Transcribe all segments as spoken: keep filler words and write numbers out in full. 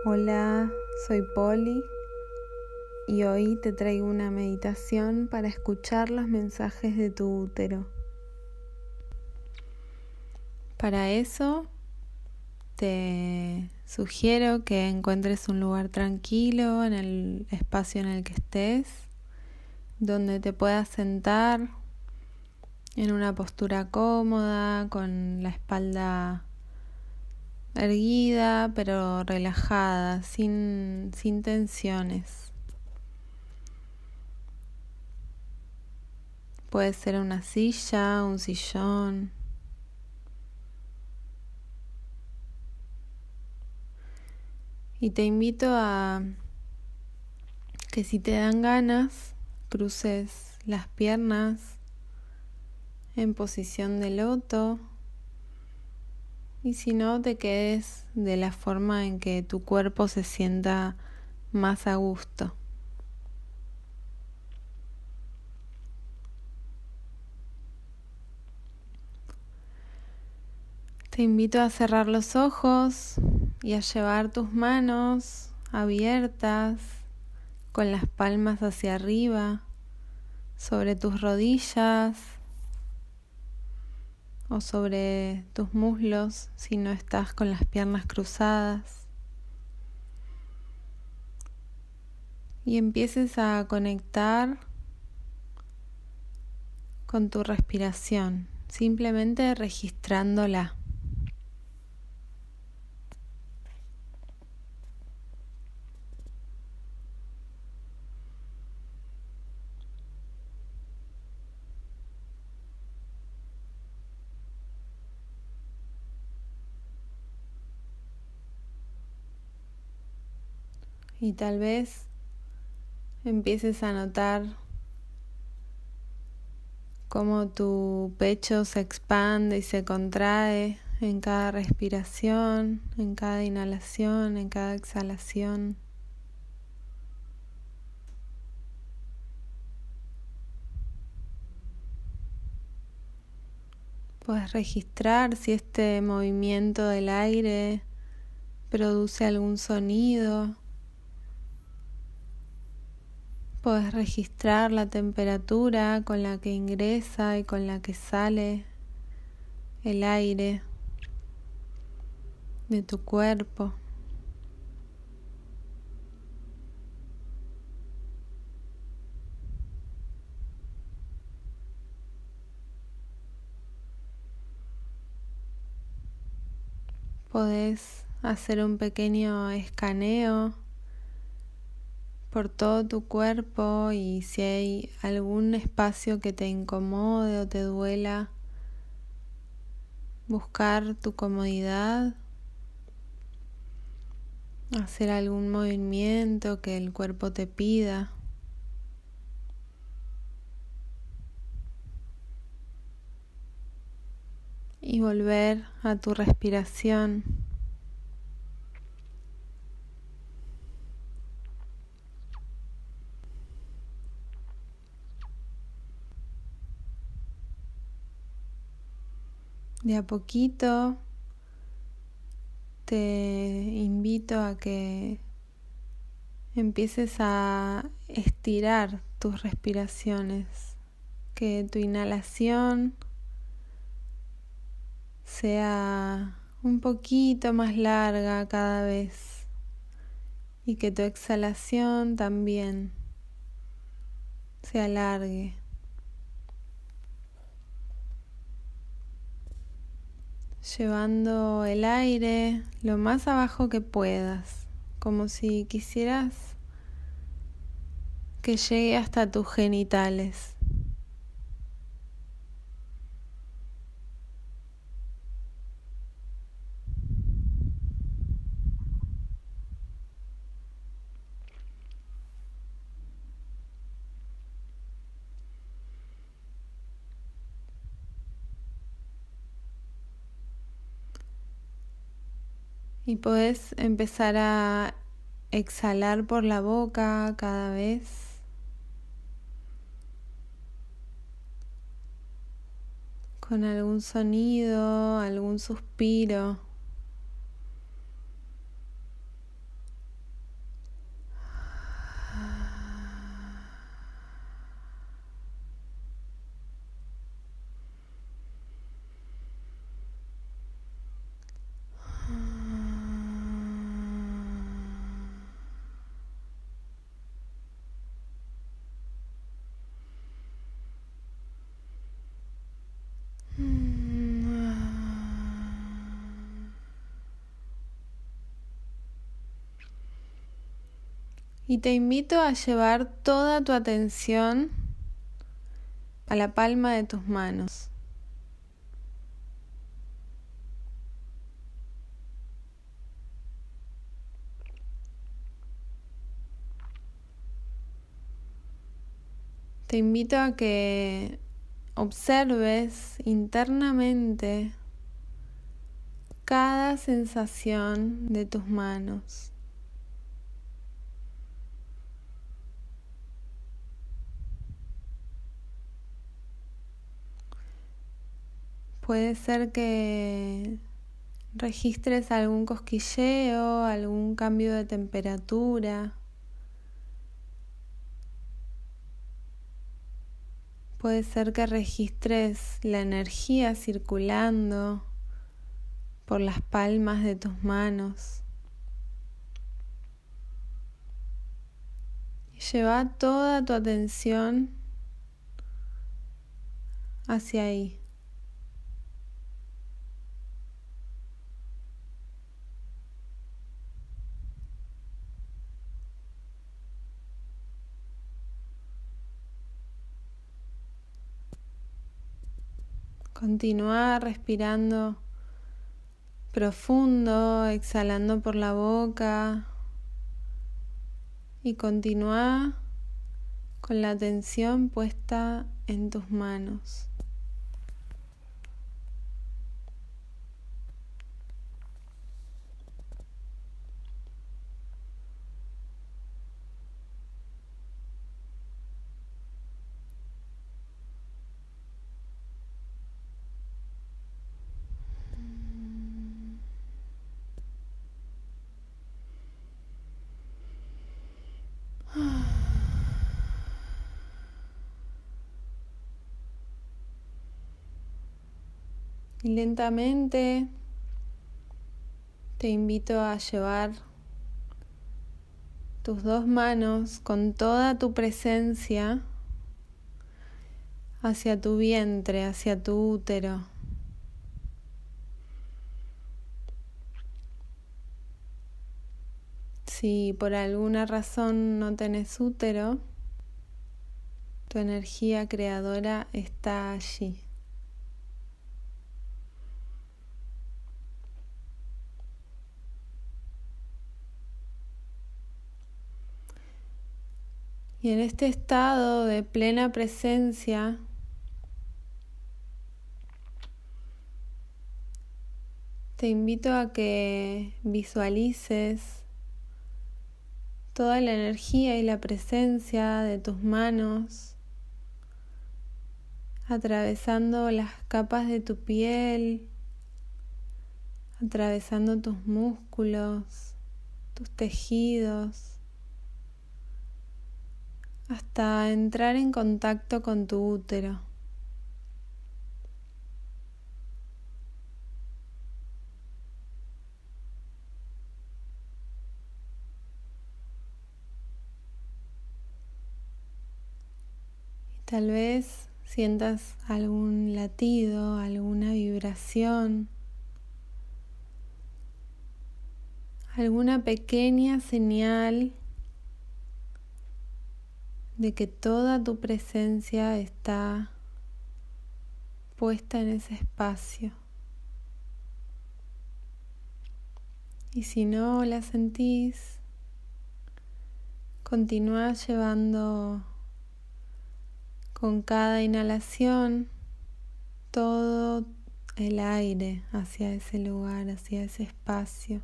Hola, soy Poli y hoy te traigo una meditación para escuchar los mensajes de tu útero. Para eso te sugiero que encuentres un lugar tranquilo en el espacio en el que estés, donde te puedas sentar en una postura cómoda, con la espalda erguida pero relajada, sin, sin tensiones. Puede ser una silla, un sillón. Y te invito a que si te dan ganas, cruces las piernas en posición de loto. Y si no, te quedes de la forma en que tu cuerpo se sienta más a gusto. Te invito a cerrar los ojos y a llevar tus manos abiertas con las palmas hacia arriba sobre tus rodillas o sobre tus muslos si no estás con las piernas cruzadas, y empieces a conectar con tu respiración, simplemente registrándola. Y tal vez empieces a notar cómo tu pecho se expande y se contrae en cada respiración, en cada inhalación, en cada exhalación. Puedes registrar si este movimiento del aire produce algún sonido. Puedes registrar la temperatura con la que ingresa y con la que sale el aire de tu cuerpo. Podés hacer un pequeño escaneo por todo tu cuerpo, y si hay algún espacio que te incomode o te duela, buscar tu comodidad, hacer algún movimiento que el cuerpo te pida. Y volver a tu respiración. De a poquito te invito a que empieces a estirar tus respiraciones, que tu inhalación sea un poquito más larga cada vez y que tu exhalación también se alargue. Llevando el aire lo más abajo que puedas, como si quisieras que llegue hasta tus genitales. Y podés empezar a exhalar por la boca cada vez. Con algún sonido, algún suspiro. Y te invito a llevar toda tu atención a la palma de tus manos. Te invito a que observes internamente cada sensación de tus manos. Puede ser que registres algún cosquilleo, algún cambio de temperatura. Puede ser que registres la energía circulando por las palmas de tus manos. Y lleva toda tu atención hacia ahí. Continúa respirando profundo, exhalando por la boca y continúa con la atención puesta en tus manos. Y lentamente te invito a llevar tus dos manos con toda tu presencia hacia tu vientre, hacia tu útero. Si por alguna razón no tenés útero, tu energía creadora está allí. Y en este estado de plena presencia, te invito a que visualices toda la energía y la presencia de tus manos atravesando las capas de tu piel, atravesando tus músculos, tus tejidos, hasta entrar en contacto con tu útero. Y tal vez sientas algún latido, alguna vibración, alguna pequeña señal de que toda tu presencia está puesta en ese espacio. Y si no la sentís, continúa llevando con cada inhalación todo el aire hacia ese lugar, hacia ese espacio.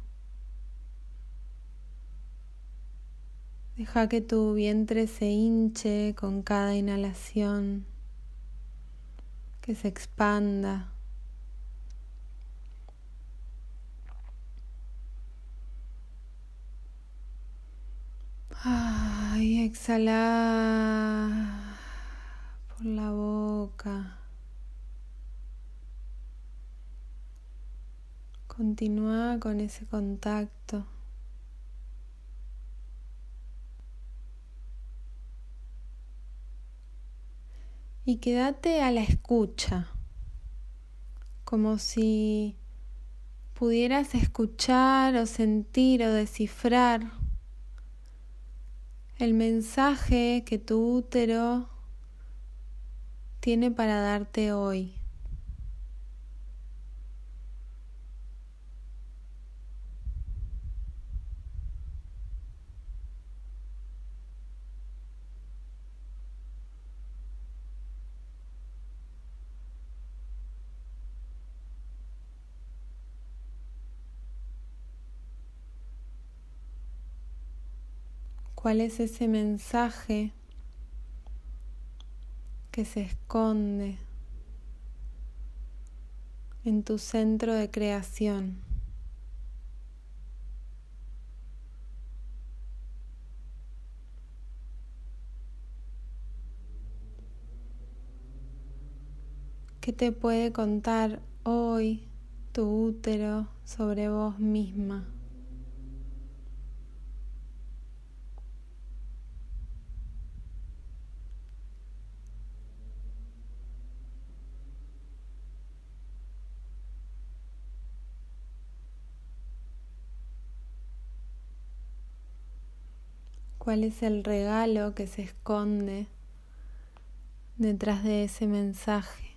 Deja que tu vientre se hinche con cada inhalación, que se expanda. Ah, y exhala por la boca. Continúa con ese contacto. Y quédate a la escucha, como si pudieras escuchar o sentir o descifrar el mensaje que tu útero tiene para darte hoy. ¿Cuál es ese mensaje que se esconde en tu centro de creación? ¿Qué te puede contar hoy tu útero sobre vos misma? ¿Cuál es el regalo que se esconde detrás de ese mensaje?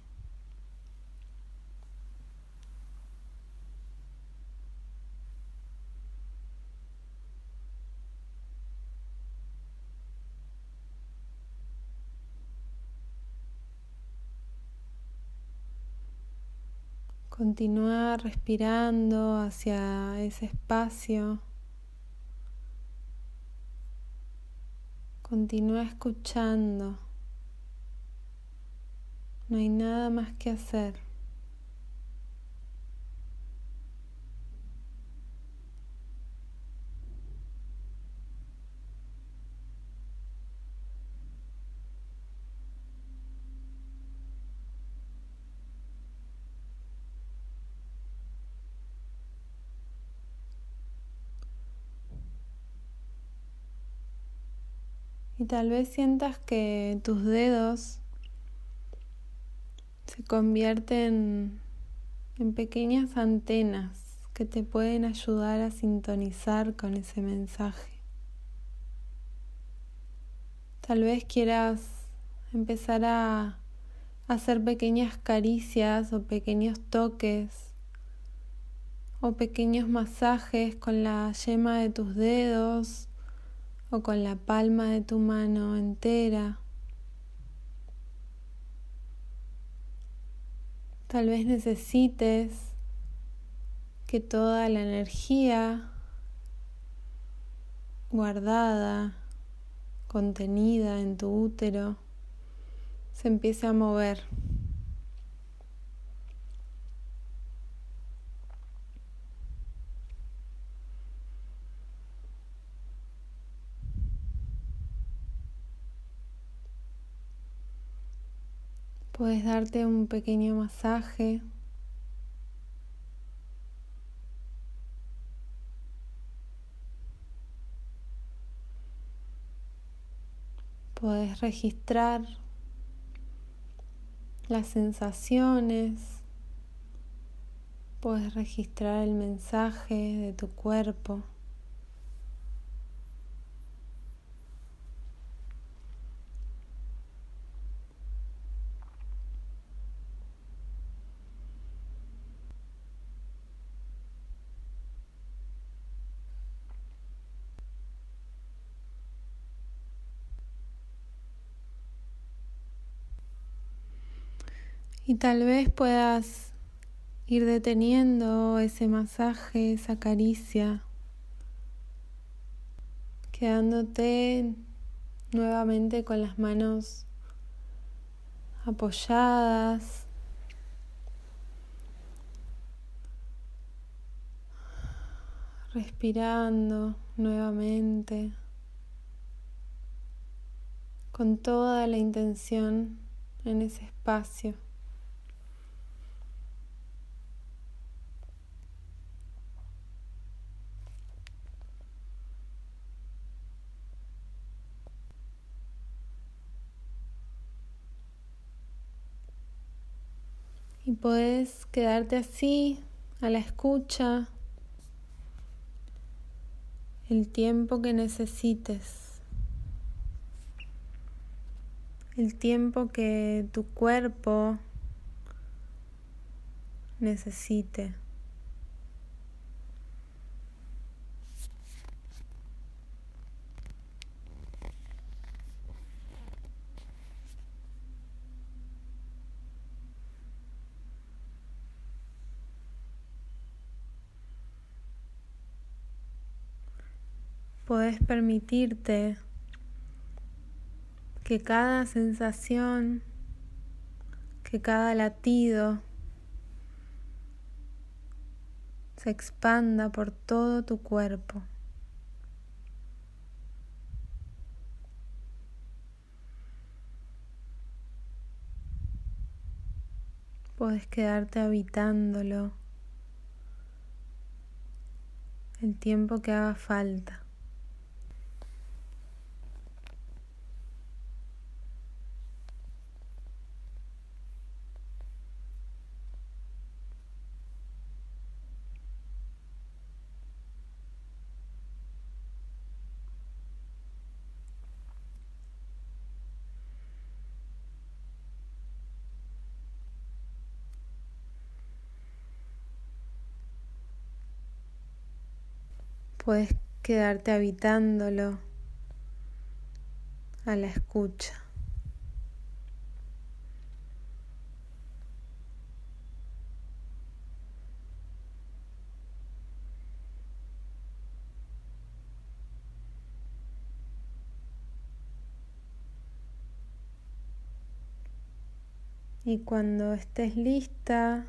Continúa respirando hacia ese espacio. Continúa escuchando. No hay nada más que hacer. Y tal vez sientas que tus dedos se convierten en pequeñas antenas que te pueden ayudar a sintonizar con ese mensaje. Tal vez quieras empezar a hacer pequeñas caricias o pequeños toques o pequeños masajes con la yema de tus dedos o con la palma de tu mano entera. Tal vez necesites que toda la energía guardada, contenida en tu útero, se empiece a mover. Puedes darte un pequeño masaje. Puedes registrar las sensaciones. Puedes registrar el mensaje de tu cuerpo. Y tal vez puedas ir deteniendo ese masaje, esa caricia, quedándote nuevamente con las manos apoyadas, respirando nuevamente, con toda la intención en ese espacio. Y puedes quedarte así, a la escucha, el tiempo que necesites. el tiempo que tu cuerpo necesite. Podés permitirte que cada sensación, que cada latido se expanda por todo tu cuerpo. Podés quedarte habitándolo el tiempo que haga falta. Puedes quedarte habitándolo a la escucha. Y cuando estés lista,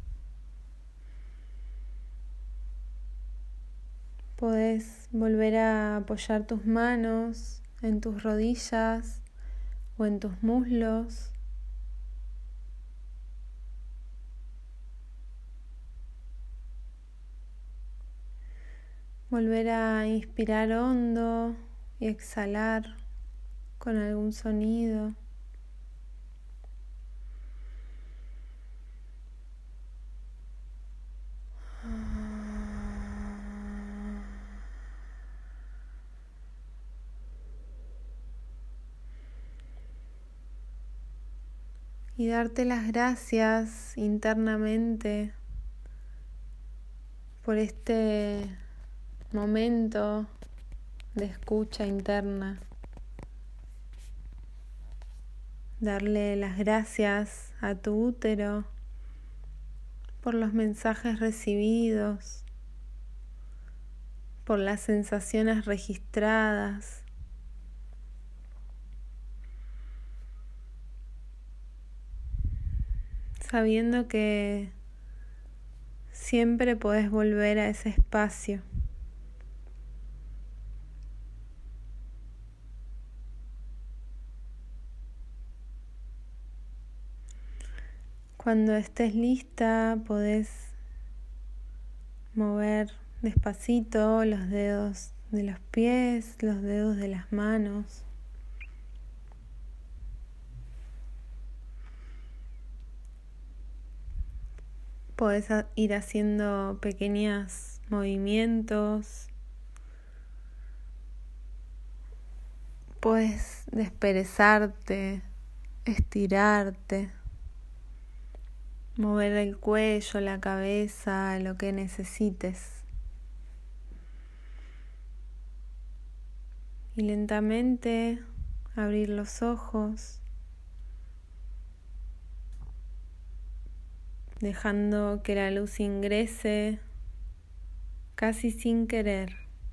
podés volver a apoyar tus manos en tus rodillas o en tus muslos. Volver a inspirar hondo y exhalar con algún sonido. Y darte las gracias internamente por este momento de escucha interna. Darle las gracias a tu útero por los mensajes recibidos, por las sensaciones registradas. Sabiendo que siempre podés volver a ese espacio. Cuando estés lista, podés mover despacito los dedos de los pies, los dedos de las manos. Podés ir haciendo pequeños movimientos. Podés desperezarte, estirarte, mover el cuello, la cabeza, lo que necesites. Y lentamente abrir los ojos, dejando que la luz ingrese casi sin querer.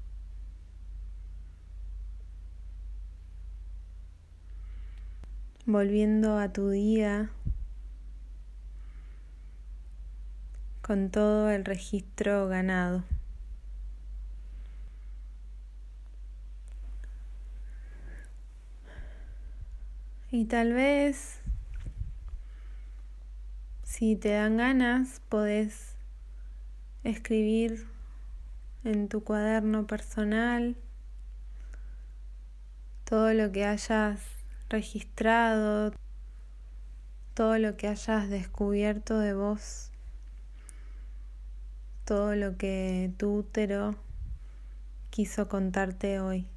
Volviendo a tu día con todo el registro ganado. Y tal vez, si te dan ganas, podés escribir en tu cuaderno personal todo lo que hayas registrado, todo lo que hayas descubierto de vos, todo lo que tu útero quiso contarte hoy.